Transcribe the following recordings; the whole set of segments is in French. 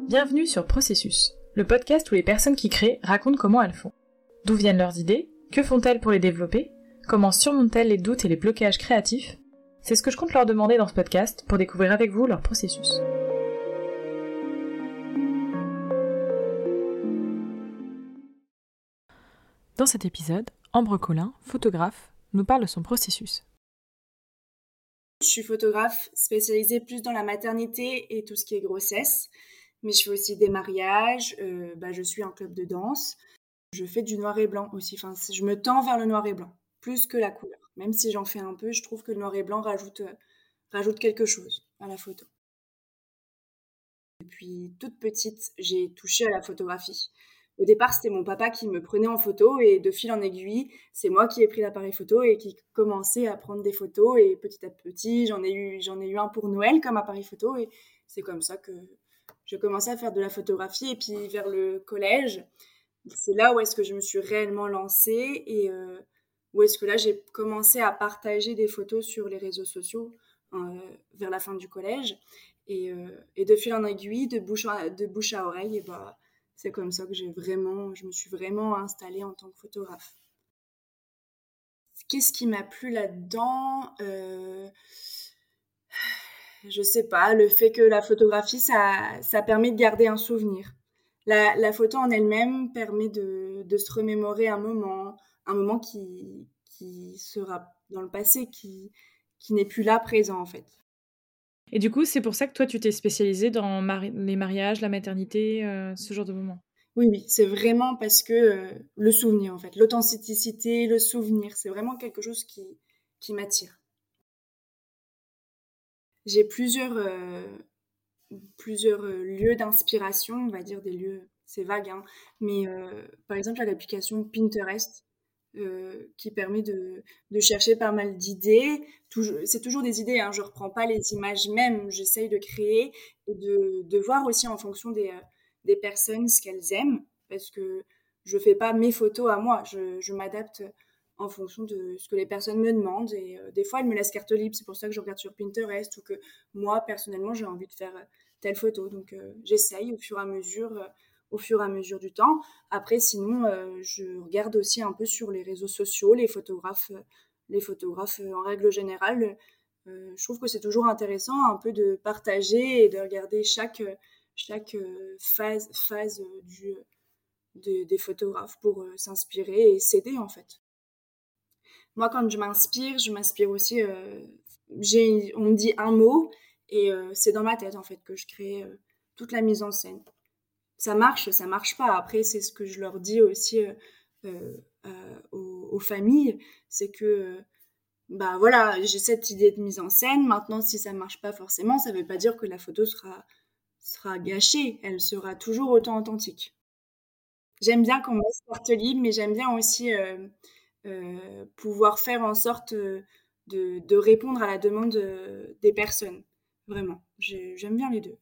Bienvenue sur Processus, le podcast où les personnes qui créent racontent comment elles font. D'où viennent leurs idées? Que font-elles pour les développer? Comment surmontent-elles les doutes et les blocages créatifs? C'est ce que je compte leur demander dans ce podcast pour découvrir avec vous leur processus. Dans cet épisode, Ambre Collin, photographe, nous parle de son processus. Je suis photographe spécialisée plus dans la maternité et tout ce qui est grossesse, mais je fais aussi des mariages, je suis un club de danse, je fais du noir et blanc aussi, je me tends vers le noir et blanc, plus que la couleur. Même si j'en fais un peu, je trouve que le noir et blanc rajoute quelque chose à la photo. Depuis toute petite, j'ai touché à la photographie. Au départ, c'était mon papa qui me prenait en photo et de fil en aiguille, c'est moi qui ai pris l'appareil photo et qui commençais à prendre des photos. Et petit à petit, j'en ai eu un pour Noël comme appareil photo et c'est comme ça que je commençais à faire de la photographie. Et puis vers le collège, c'est là où est-ce que je me suis réellement lancée et où est-ce que là j'ai commencé à partager des photos sur les réseaux sociaux vers la fin du collège. Et de fil en aiguille, de bouche à oreille, et c'est comme ça que je me suis vraiment installée en tant que photographe. Qu'est-ce qui m'a plu là-dedans? Je sais pas, le fait que la photographie, ça permet de garder un souvenir. La photo en elle-même permet de se remémorer un moment qui sera dans le passé, qui n'est plus là présent en fait. Et du coup, c'est pour ça que toi, tu t'es spécialisée dans les mariages, la maternité, ce genre de moments. Oui, c'est vraiment parce que le souvenir, en fait, l'authenticité, le souvenir, c'est vraiment quelque chose qui m'attire. J'ai plusieurs lieux d'inspiration, on va dire des lieux, c'est vague, hein, mais par exemple, il y a l'application Pinterest qui permet de chercher pas mal d'idées. C'est toujours des idées, hein, je reprends pas les images mêmes, j'essaye de créer et de voir aussi en fonction des personnes ce qu'elles aiment, parce que je fais pas mes photos à moi, je m'adapte en fonction de ce que les personnes me demandent et des fois elles me laissent carte libre, c'est pour ça que je regarde sur Pinterest ou que moi personnellement j'ai envie de faire telle photo, donc j'essaye au fur et à mesure du temps. Après, sinon, je regarde aussi un peu sur les réseaux sociaux, les photographes en règle générale. Je trouve que c'est toujours intéressant un peu de partager et de regarder chaque phase des photographes pour s'inspirer et s'aider en fait. Moi, quand je m'inspire aussi. On me dit un mot et c'est dans ma tête en fait que je crée toute la mise en scène. Ça marche pas. Après, c'est ce que je leur dis aussi aux familles, c'est que voilà, j'ai cette idée de mise en scène. Maintenant, si ça marche pas forcément, ça veut pas dire que la photo sera gâchée. Elle sera toujours autant authentique. J'aime bien qu'on me laisse carte libre, mais j'aime bien aussi pouvoir faire en sorte de répondre à la demande des personnes. Vraiment, j'aime bien les deux.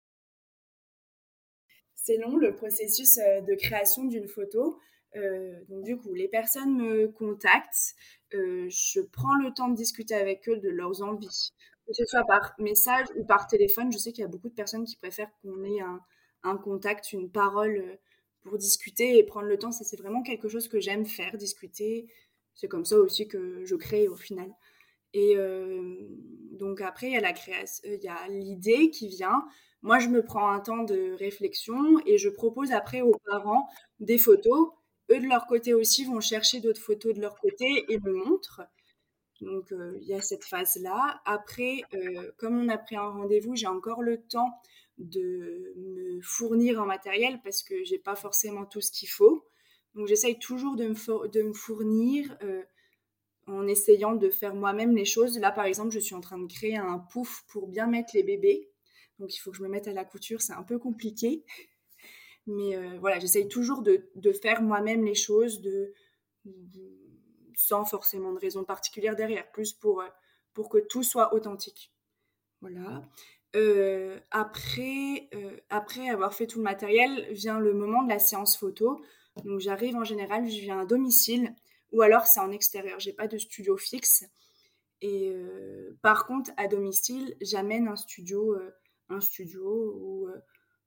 C'est long le processus de création d'une photo. Donc du coup, les personnes me contactent, je prends le temps de discuter avec eux de leurs envies, que ce soit par message ou par téléphone. Je sais qu'il y a beaucoup de personnes qui préfèrent qu'on ait un contact, une parole pour discuter et prendre le temps. Ça, c'est vraiment quelque chose que j'aime faire, discuter. C'est comme ça aussi que je crée au final. Et donc après, il y a la création, il y a l'idée qui vient. Moi, je me prends un temps de réflexion et je propose après aux parents des photos. Eux, de leur côté aussi, vont chercher d'autres photos de leur côté et me montrent. Donc, il y a cette phase-là. Après, comme on a pris un rendez-vous, j'ai encore le temps de me fournir en matériel parce que j'ai pas forcément tout ce qu'il faut. Donc, j'essaye toujours de me fournir en essayant de faire moi-même les choses. Là, par exemple, je suis en train de créer un pouf pour bien mettre les bébés. Donc, il faut que je me mette à la couture. C'est un peu compliqué. Mais voilà, j'essaye toujours de faire moi-même les choses sans forcément de raison particulière derrière. Plus pour que tout soit authentique. Voilà. Après avoir fait tout le matériel, vient le moment de la séance photo. Donc, j'arrive en général, je viens à domicile ou alors c'est en extérieur. J'ai pas de studio fixe. Et par contre, à domicile, j'amène un studio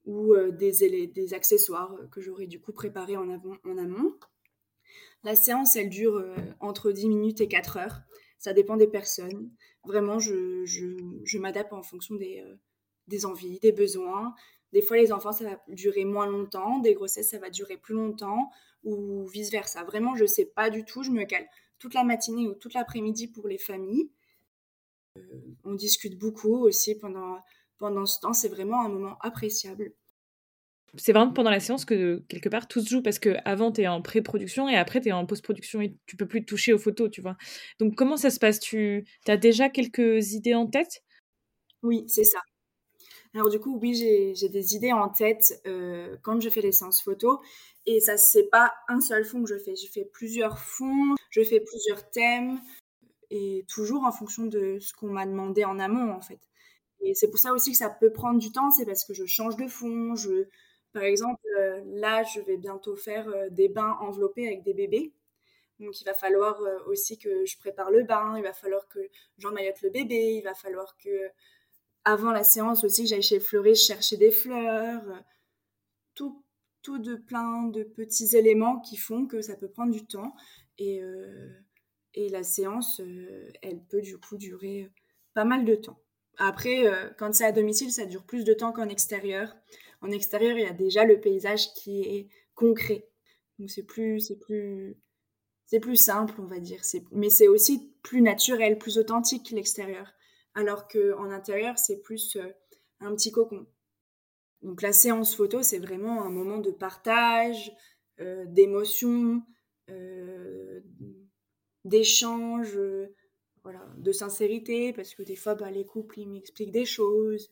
ou des accessoires que j'aurais du coup préparés en amont. La séance, elle dure entre 10 minutes et 4 heures. Ça dépend des personnes. Vraiment, je m'adapte en fonction des envies, des besoins. Des fois, les enfants, ça va durer moins longtemps. Des grossesses, ça va durer plus longtemps ou vice-versa. Vraiment, je ne sais pas du tout. Je me cale toute la matinée ou toute l'après-midi pour les familles. On discute beaucoup aussi pendant ce temps. C'est vraiment un moment appréciable. C'est vraiment pendant la séance que, quelque part, tout se joue, parce qu'avant, t'es en pré-production et après, t'es en post-production et tu peux plus toucher aux photos, tu vois. Donc, comment ça se passe? Tu as déjà quelques idées en tête? Oui, c'est ça. Alors du coup, oui, j'ai des idées en tête quand je fais les séances photos. Et ça, c'est pas un seul fond que je fais. Je fais plusieurs fonds, je fais plusieurs thèmes, et toujours en fonction de ce qu'on m'a demandé en amont, en fait. Et c'est pour ça aussi que ça peut prendre du temps, c'est parce que je change de fond. Par exemple, là, je vais bientôt faire des bains enveloppés avec des bébés. Donc il va falloir aussi que je prépare le bain, il va falloir que j'emmaillote le bébé, il va falloir que avant la séance aussi que j'aille chez le fleuriste chercher des fleurs, tout, tout de plein de petits éléments qui font que ça peut prendre du temps. Et, euh, et la séance, elle peut du coup durer pas mal de temps. Après, quand c'est à domicile, ça dure plus de temps qu'en extérieur. En extérieur, il y a déjà le paysage qui est concret. Donc c'est plus simple, on va dire. Mais c'est aussi plus naturel, plus authentique l'extérieur. Alors qu'en intérieur, c'est plus un petit cocon. Donc la séance photo, c'est vraiment un moment de partage, d'émotion, euh, d'échange, voilà, de sincérité, parce que des fois, les couples, ils m'expliquent des choses.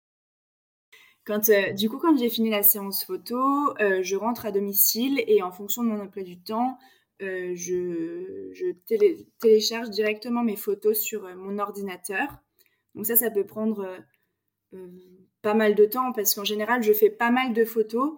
Quand j'ai fini la séance photo, je rentre à domicile et en fonction de mon emploi du temps, je télécharge directement mes photos sur mon ordinateur. Donc ça peut prendre euh, pas mal de temps parce qu'en général, je fais pas mal de photos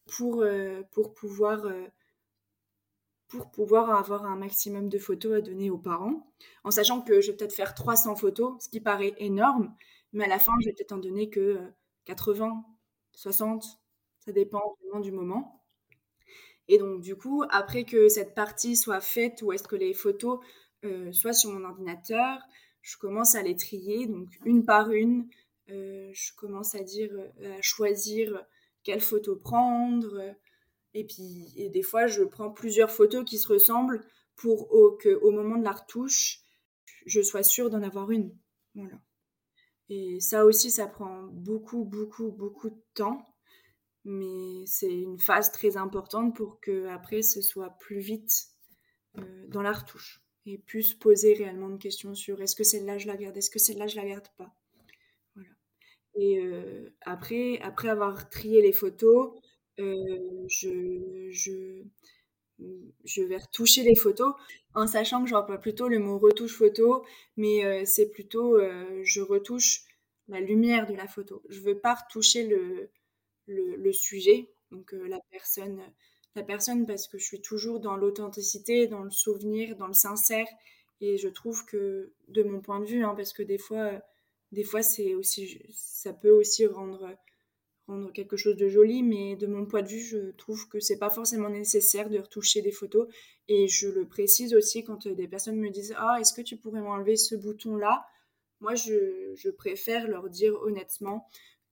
pour pouvoir avoir un maximum de photos à donner aux parents, en sachant que je vais peut-être faire 300 photos, ce qui paraît énorme, mais à la fin, je vais peut-être en donner que 80, 60, ça dépend vraiment du moment. Et donc, du coup, après que cette partie soit faite, ou est-ce que les photos soient sur mon ordinateur, je commence à les trier, donc une par une. Je commence à choisir quelle photo prendre. Et puis, des fois, je prends plusieurs photos qui se ressemblent pour qu'au moment de la retouche, je sois sûre d'en avoir une. Voilà. Et ça aussi, ça prend beaucoup, beaucoup, beaucoup de temps. Mais c'est une phase très importante pour que après ce soit plus vite dans la retouche et plus se poser réellement une question sur est-ce que celle-là je la garde, est-ce que celle-là je la garde pas. Voilà. Et après avoir trié les photos, je, je, je vais retoucher les photos en sachant que j'emploie plutôt le mot retouche photo, mais c'est plutôt je retouche la lumière de la photo. Je veux pas retoucher le sujet, donc la personne parce que je suis toujours dans l'authenticité, dans le souvenir, dans le sincère, et je trouve que de mon point de vue, hein, parce que des fois ça peut aussi rendre quelque chose de joli, mais de mon point de vue, je trouve que c'est pas forcément nécessaire de retoucher des photos, et je le précise aussi quand des personnes me disent ah est-ce que tu pourrais m'enlever ce bouton là. Moi je préfère leur dire honnêtement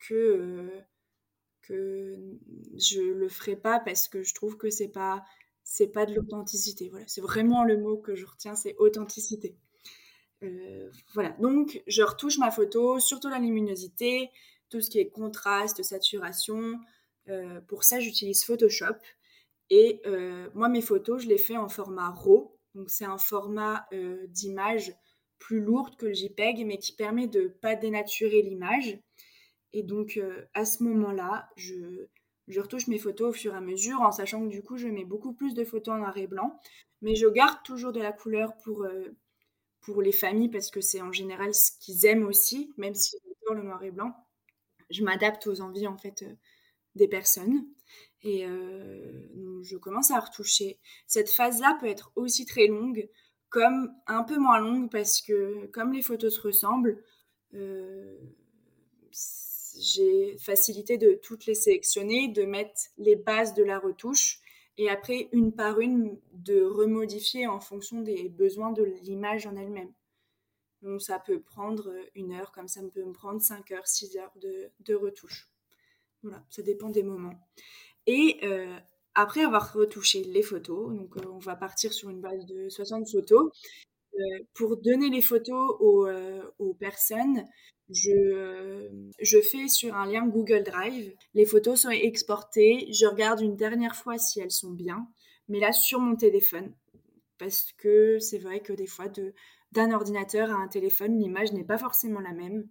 que je le ferai pas parce que je trouve que c'est pas de l'authenticité. Voilà, c'est vraiment le mot que je retiens, c'est authenticité. Voilà, donc je retouche ma photo, surtout la luminosité, tout ce qui est contraste, saturation. Pour ça, j'utilise Photoshop. Et moi, mes photos, je les fais en format RAW. Donc c'est un format d'image plus lourde que le JPEG, mais qui permet de ne pas dénaturer l'image. Et donc, à ce moment-là, je retouche mes photos au fur et à mesure, en sachant que du coup, je mets beaucoup plus de photos en noir et blanc. Mais je garde toujours de la couleur pour les familles, parce que c'est en général ce qu'ils aiment aussi, même si j'adore le noir et blanc. Je m'adapte aux envies, en fait, des personnes. Et donc je commence à retoucher. Cette phase-là peut être aussi très longue, comme un peu moins longue, parce que comme les photos se ressemblent, j'ai facilité de toutes les sélectionner, de mettre les bases de la retouche et après, une par une, de remodifier en fonction des besoins de l'image en elle-même. Donc ça peut prendre 1 heure, comme ça peut me prendre 5 heures, 6 heures de retouche. Voilà, ça dépend des moments. Et après avoir retouché les photos, donc on va partir sur une base de 60 photos, pour donner les photos aux personnes, je fais sur un lien Google Drive. Les photos sont exportées. Je regarde une dernière fois si elles sont bien, mais là sur mon téléphone, parce que c'est vrai que des fois, d'un ordinateur à un téléphone, l'image n'est pas forcément la même.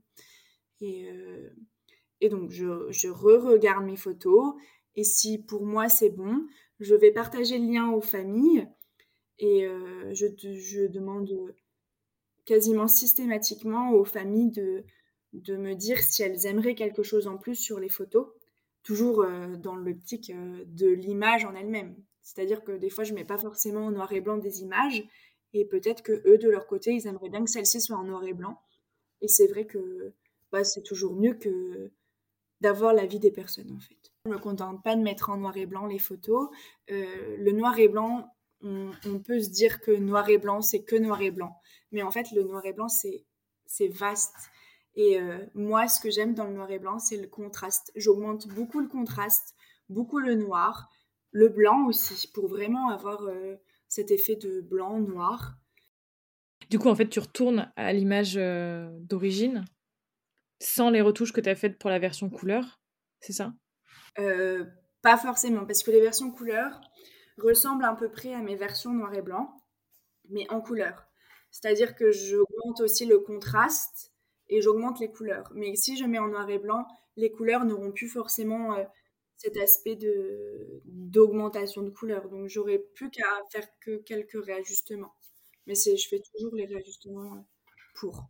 Et donc, je re-regarde mes photos. Et si pour moi c'est bon, je vais partager le lien aux familles. Et je demande quasiment systématiquement aux familles de me dire si elles aimeraient quelque chose en plus sur les photos, toujours dans l'optique de l'image en elle-même. C'est-à-dire que des fois, je ne mets pas forcément en noir et blanc des images, et peut-être que eux, de leur côté, ils aimeraient bien que celles-ci soient en noir et blanc. Et c'est vrai que c'est toujours mieux que d'avoir l'avis des personnes, en fait. Je ne me contente pas de mettre en noir et blanc les photos. Le noir et blanc, on peut se dire que noir et blanc, c'est que noir et blanc. Mais en fait, le noir et blanc, c'est vaste. Et moi, ce que j'aime dans le noir et blanc, c'est le contraste. J'augmente beaucoup le contraste, beaucoup le noir, le blanc aussi, pour vraiment avoir cet effet de blanc-noir. Du coup, en fait, tu retournes à l'image d'origine sans les retouches que tu as faites pour la version couleur, c'est ça ? Pas forcément, parce que les versions couleur ressemblent à peu près à mes versions noir et blanc, mais en couleur. C'est-à-dire que j'augmente aussi le contraste et j'augmente les couleurs. Mais si je mets en noir et blanc, les couleurs n'auront plus forcément cet aspect d'augmentation de couleurs. Donc, j'aurai plus qu'à faire que quelques réajustements. Mais je fais toujours les réajustements pour.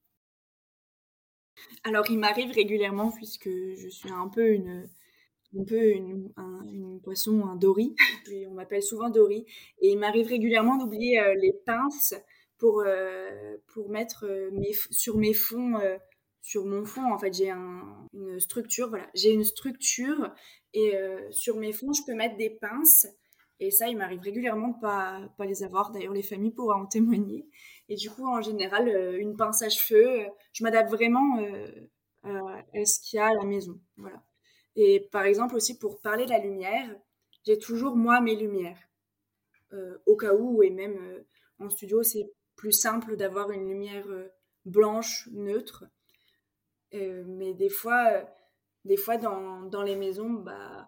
Alors, il m'arrive régulièrement, puisque je suis un peu une poisson, un dory. On m'appelle souvent Dory. Et il m'arrive régulièrement d'oublier les pinces pour mettre sur mes fonds, sur mon fond. En fait, j'ai une structure. Voilà, j'ai une structure et sur mes fonds, je peux mettre des pinces. Et ça, il m'arrive régulièrement de pas les avoir. D'ailleurs, les familles pourront en témoigner. Et du coup, en général, une pince à cheveux, je m'adapte vraiment à ce qu'il y a à la maison. Voilà. Et par exemple aussi pour parler de la lumière, j'ai toujours moi mes lumières. Au cas où, et même en studio, c'est plus simple d'avoir une lumière blanche, neutre. Mais des fois dans les maisons,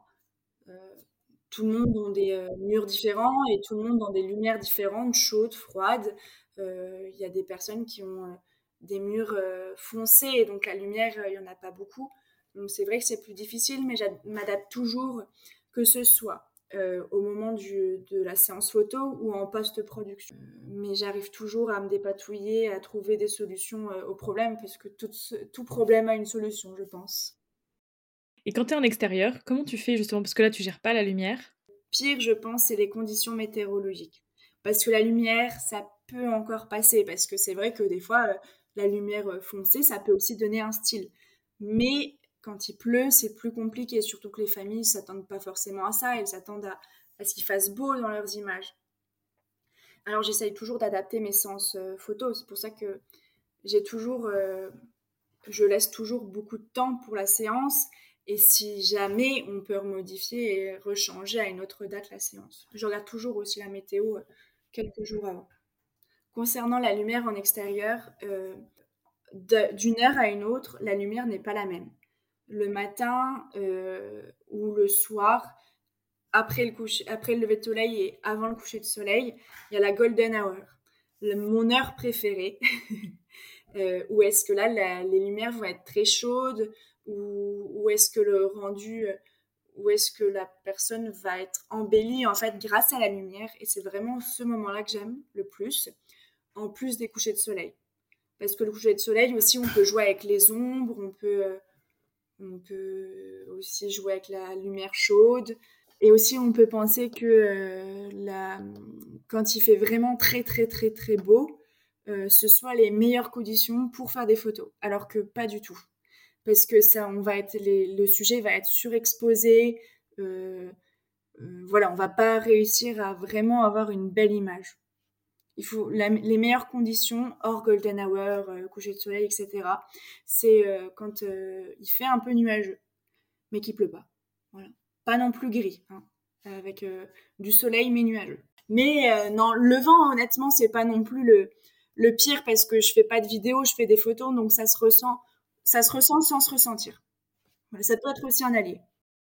tout le monde a des murs différents et tout le monde a des lumières différentes, chaudes, froides. Il y a des personnes qui ont des murs foncés et donc la lumière, il n'y en a pas beaucoup. Donc c'est vrai que c'est plus difficile, mais je m'adapte toujours, que ce soit au moment de la séance photo ou en post-production. Mais j'arrive toujours à me dépatouiller, à trouver des solutions aux problèmes, parce que tout problème a une solution, je pense. Et quand tu es en extérieur, comment tu fais justement ? Parce que là, tu gères pas la lumière. Pire, je pense, c'est les conditions météorologiques. Parce que la lumière, ça peut encore passer. Parce que c'est vrai que des fois, la lumière foncée, ça peut aussi donner un style. Mais quand il pleut, c'est plus compliqué. Surtout que les familles ne s'attendent pas forcément à ça. Elles s'attendent à ce qu'il fasse beau dans leurs images. Alors j'essaye toujours d'adapter mes séances photos. C'est pour ça que je laisse toujours beaucoup de temps pour la séance. Et si jamais on peut remodifier et rechanger à une autre date la séance. Je regarde toujours aussi la météo quelques jours avant. Concernant la lumière en extérieur, d'une heure à une autre, la lumière n'est pas la même. Le matin ou le soir, après le lever de soleil et avant le coucher de soleil, il y a la golden hour, mon heure préférée, où est-ce que là, les lumières vont être très chaudes, où est-ce que le rendu, où est-ce que la personne va être embellie en fait grâce à la lumière. Et c'est vraiment ce moment-là que j'aime le plus, en plus des couchers de soleil. Parce que le coucher de soleil aussi, on peut jouer avec les ombres, on peut aussi jouer avec la lumière chaude. Et aussi, on peut penser que quand il fait vraiment très, très, très, très beau, ce soit les meilleures conditions pour faire des photos. Alors que pas du tout. parce que le sujet va être surexposé. Voilà, on va pas réussir à vraiment avoir une belle image. Il faut les meilleures conditions, hors golden hour, coucher de soleil, etc. C'est quand il fait un peu nuageux, mais qu'il pleut pas. Voilà. Pas non plus gris, hein, avec du soleil mais nuageux. Mais non, le vent, honnêtement, c'est pas non plus le pire parce que je fais pas de vidéo, je fais des photos, donc ça se ressent sans se ressentir. Voilà, ça peut être aussi un allié.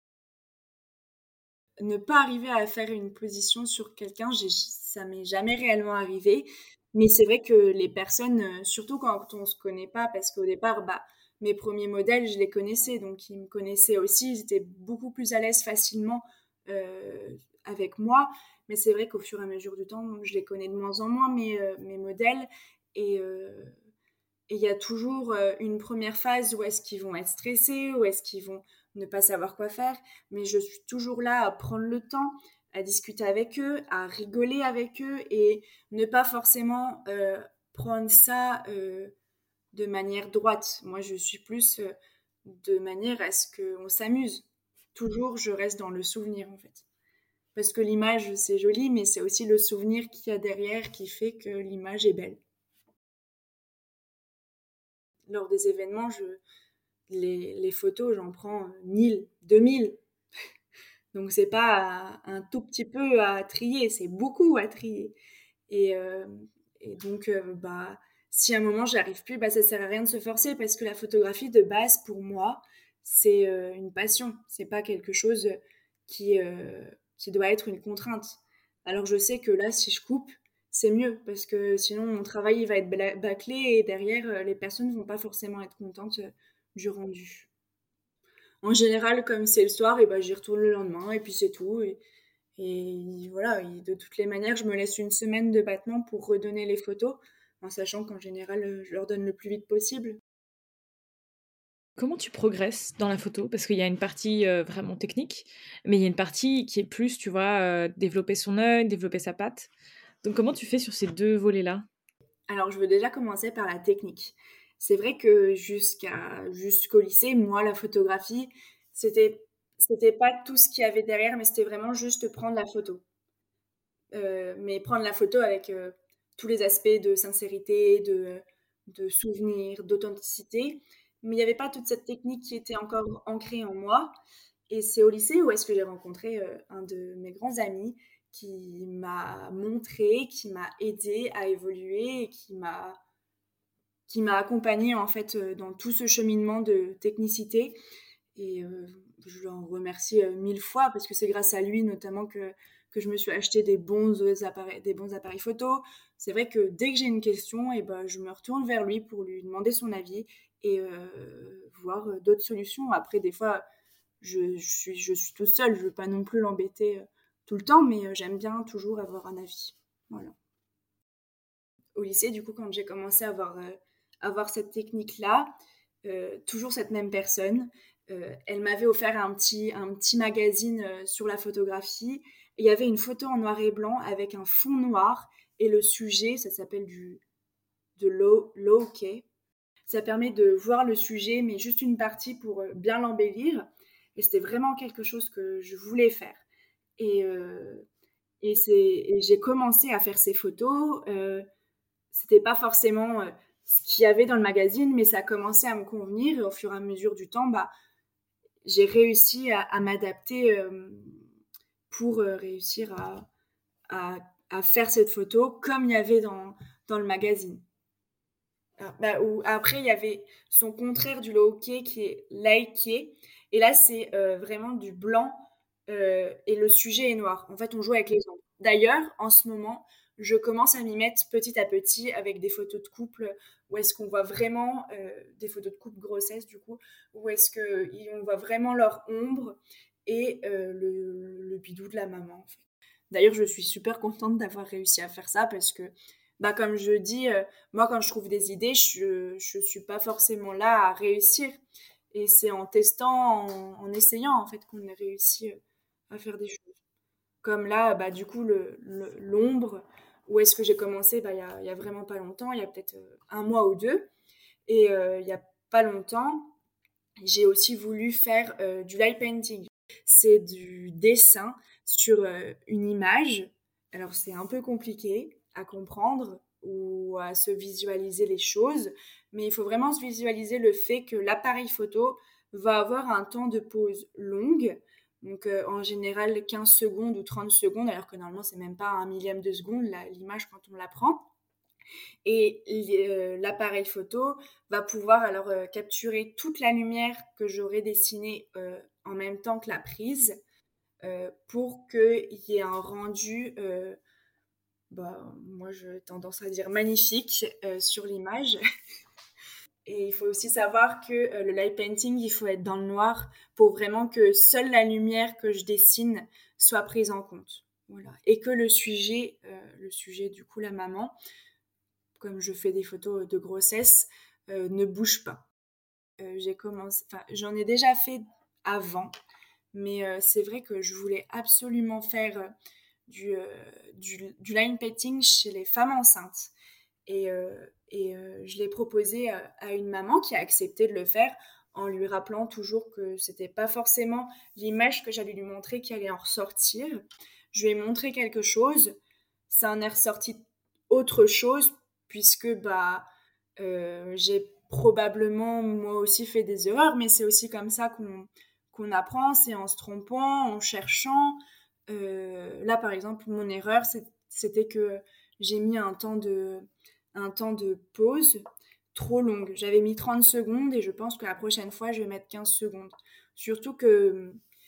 Ne pas arriver à faire une position sur quelqu'un, ça m'est jamais réellement arrivé. Mais c'est vrai que les personnes, surtout quand on se connaît pas, parce qu'au départ, bah, mes premiers modèles, je les connaissais, donc ils me connaissaient aussi, ils étaient beaucoup plus à l'aise facilement avec moi. Mais c'est vrai qu'au fur et à mesure du temps, je les connais de moins en moins, mes modèles. Et il y a toujours une première phase où est-ce qu'ils vont être stressés, où est-ce qu'ils vont ne pas savoir quoi faire. Mais je suis toujours là à prendre le temps, à discuter avec eux, à rigoler avec eux et ne pas forcément prendre ça de manière droite. Moi, je suis plus de manière à ce qu'on s'amuse. Toujours, je reste dans le souvenir, en fait. Parce que l'image, c'est joli, mais c'est aussi le souvenir qu'il y a derrière qui fait que l'image est belle. Lors des événements, les photos, j'en prends 1000, 2000. Donc c'est pas un tout petit peu à trier, c'est beaucoup à trier. Et, euh, et donc, bah, si à un moment j'y arrive plus, bah, ça sert à rien de se forcer parce que la photographie de base, pour moi, c'est une passion. C'est pas quelque chose qui, euh, qui doit être une contrainte. Alors je sais que là, si je coupe, c'est mieux parce que sinon mon travail il va être bâclé et derrière, les personnes vont pas forcément être contentes du rendu. En général, comme c'est le soir, et ben, j'y retourne le lendemain et puis c'est tout. Et voilà, et de toutes les manières, je me laisse une semaine de battement pour redonner les photos, en sachant qu'en général, je leur donne le plus vite possible. Comment tu progresses dans la photo? Parce qu'il y a une partie, vraiment technique, mais il y a une partie qui est plus, tu vois, développer son œil, développer sa patte. Donc comment tu fais sur ces 2 volets-là? Alors, je veux déjà commencer par la technique. C'est vrai que jusqu'au lycée, moi, la photographie, c'était, c'était pas tout ce qu'il y avait derrière, mais c'était vraiment juste prendre la photo. Mais prendre la photo avec tous les aspects de sincérité, de souvenir, d'authenticité. Mais il n'y avait pas toute cette technique qui était encore ancrée en moi. Et c'est au lycée où est-ce que j'ai rencontré un de mes grands amis qui m'a montré, qui m'a aidé à évoluer et qui m'a accompagnée en fait dans tout ce cheminement de technicité. Et je l'en remercie 1000 fois parce que c'est grâce à lui notamment que je me suis acheté des bons appareils photo. C'est vrai que dès que j'ai une question, et ben, je me retourne vers lui pour lui demander son avis et voir d'autres solutions. Après, des fois, je suis tout seul, je ne veux pas non plus l'embêter tout le temps, mais j'aime bien toujours avoir un avis. Voilà. Au lycée, du coup, quand j'ai commencé à avoir cette technique-là, toujours cette même personne, elle m'avait offert un petit magazine sur la photographie. Et il y avait une photo en noir et blanc avec un fond noir et le sujet, ça s'appelle de low key. Ça permet de voir le sujet, mais juste une partie pour bien l'embellir. Et c'était vraiment quelque chose que je voulais faire. Et, euh, et j'ai commencé à faire ces photos. C'était pas forcément ce qu'il y avait dans le magazine, mais ça a commencé à me convenir. Et au fur et à mesure du temps, bah, j'ai réussi à m'adapter pour réussir à, à, faire cette photo comme il y avait dans le magazine. Bah, après, il y avait son contraire du low-key qui est light-key. Et là, c'est vraiment du blanc et le sujet est noir. En fait, on joue avec les ombres. D'ailleurs, en ce moment, je commence à m'y mettre petit à petit avec des photos de couple où est-ce qu'on voit vraiment des photos de couple grossesse, du coup, où est-ce qu'on voit vraiment leur ombre et le bidou de la maman. En fait. D'ailleurs, je suis super contente d'avoir réussi à faire ça parce que, bah, comme je dis, moi, quand je trouve des idées, je suis pas forcément là à réussir. Et c'est en testant, en essayant, en fait, qu'on a réussi à faire des choses. Comme là, bah, du coup, l'ombre, où est-ce que j'ai commencé bah, il y a vraiment pas longtemps, il y a peut-être un mois ou deux. Et il y a pas longtemps, j'ai aussi voulu faire du light painting. C'est du dessin sur une image. Alors c'est un peu compliqué à comprendre ou à se visualiser les choses, mais il faut vraiment se visualiser le fait que l'appareil photo va avoir un temps de pause longue, donc en général 15 secondes ou 30 secondes, alors que normalement c'est même pas un millième de seconde l'image quand on la prend. Et l'appareil photo va pouvoir alors capturer toute la lumière que j'aurais dessinée en même temps que la prise pour qu'il y ait un rendu, moi j'ai tendance à dire magnifique sur l'image. Et il faut aussi savoir que le light painting, il faut être dans le noir pour vraiment que seule la lumière que je dessine soit prise en compte. Voilà. Et que le sujet du coup la maman, comme je fais des photos de grossesse, ne bouge pas. J'en ai déjà fait avant, mais c'est vrai que je voulais absolument faire du line painting chez les femmes enceintes. Et je l'ai proposé à une maman qui a accepté de le faire en lui rappelant toujours que c'était pas forcément l'image que j'allais lui montrer qui allait en ressortir. Je lui ai montré quelque chose, ça en est ressorti autre chose puisque j'ai probablement moi aussi fait des erreurs, mais c'est aussi comme ça qu'on apprend, c'est en se trompant, en cherchant. Là par exemple, mon erreur c'était que j'ai mis un temps de pause trop longue. J'avais mis 30 secondes et je pense que la prochaine fois, je vais mettre 15 secondes. Surtout que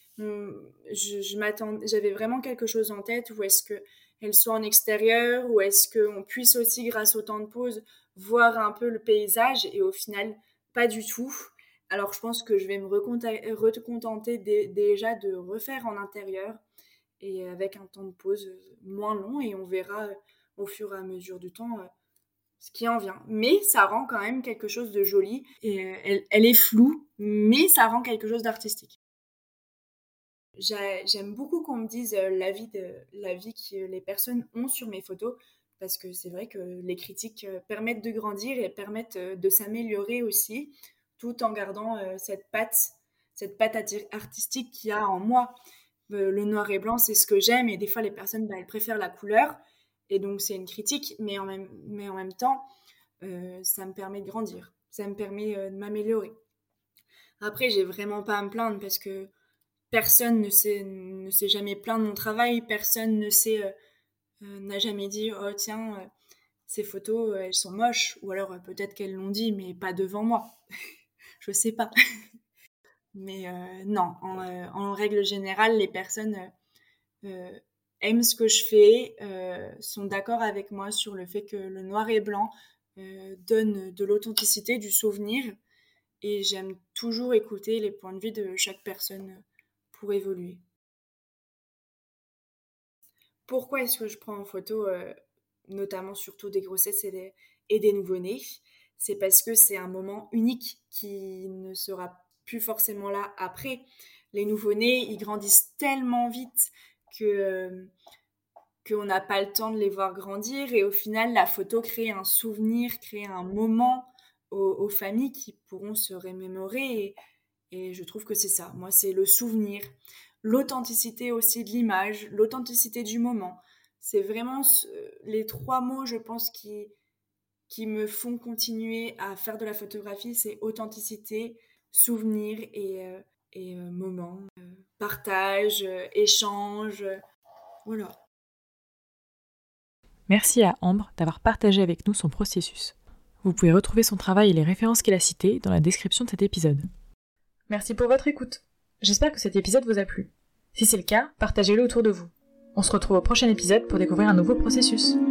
j'avais vraiment quelque chose en tête où est-ce qu'elle soit en extérieur, ou est-ce qu'on puisse aussi, grâce au temps de pause, voir un peu le paysage, et au final, pas du tout. Alors je pense que je vais me recontenter déjà de refaire en intérieur et avec un temps de pause moins long, et on verra au fur et à mesure du temps ce qui en vient. Mais ça rend quand même quelque chose de joli. Et elle est floue, mais ça rend quelque chose d'artistique. J'aime beaucoup qu'on me dise l'avis que les personnes ont sur mes photos, parce que c'est vrai que les critiques permettent de grandir et permettent de s'améliorer aussi, tout en gardant cette patte artistique qu'il y a en moi. Le noir et blanc, c'est ce que j'aime, et des fois les personnes elles préfèrent la couleur, et donc c'est une critique, mais en même temps ça me permet de grandir, ça me permet de m'améliorer. Après, j'ai vraiment pas à me plaindre, parce que personne ne s'est jamais plaint de mon travail, personne n'a jamais dit oh tiens ces photos elles sont moches, ou alors peut-être qu'elles l'ont dit mais pas devant moi. Je sais pas. Mais non, en règle générale, les personnes aiment ce que je fais, sont d'accord avec moi sur le fait que le noir et blanc donne de l'authenticité, du souvenir, et j'aime toujours écouter les points de vue de chaque personne pour évoluer. Pourquoi est-ce que je prends en photo, notamment surtout des grossesses et des nouveau-nés? C'est parce que c'est un moment unique qui ne sera plus forcément là après. Les nouveau-nés, ils grandissent tellement vite qu'on n'a pas le temps de les voir grandir, et au final, la photo crée un souvenir, crée un moment aux familles qui pourront se remémorer, et je trouve que c'est ça. Moi, c'est le souvenir, l'authenticité aussi de l'image, l'authenticité du moment. C'est vraiment les trois mots, je pense, qui me font continuer à faire de la photographie. C'est authenticité, souvenir et moment, partage, échange, voilà. Merci à Ambre d'avoir partagé avec nous son processus. Vous pouvez retrouver son travail et les références qu'elle a citées dans la description de cet épisode. Merci pour votre écoute. J'espère que cet épisode vous a plu. Si c'est le cas, partagez-le autour de vous. On se retrouve au prochain épisode pour découvrir un nouveau processus.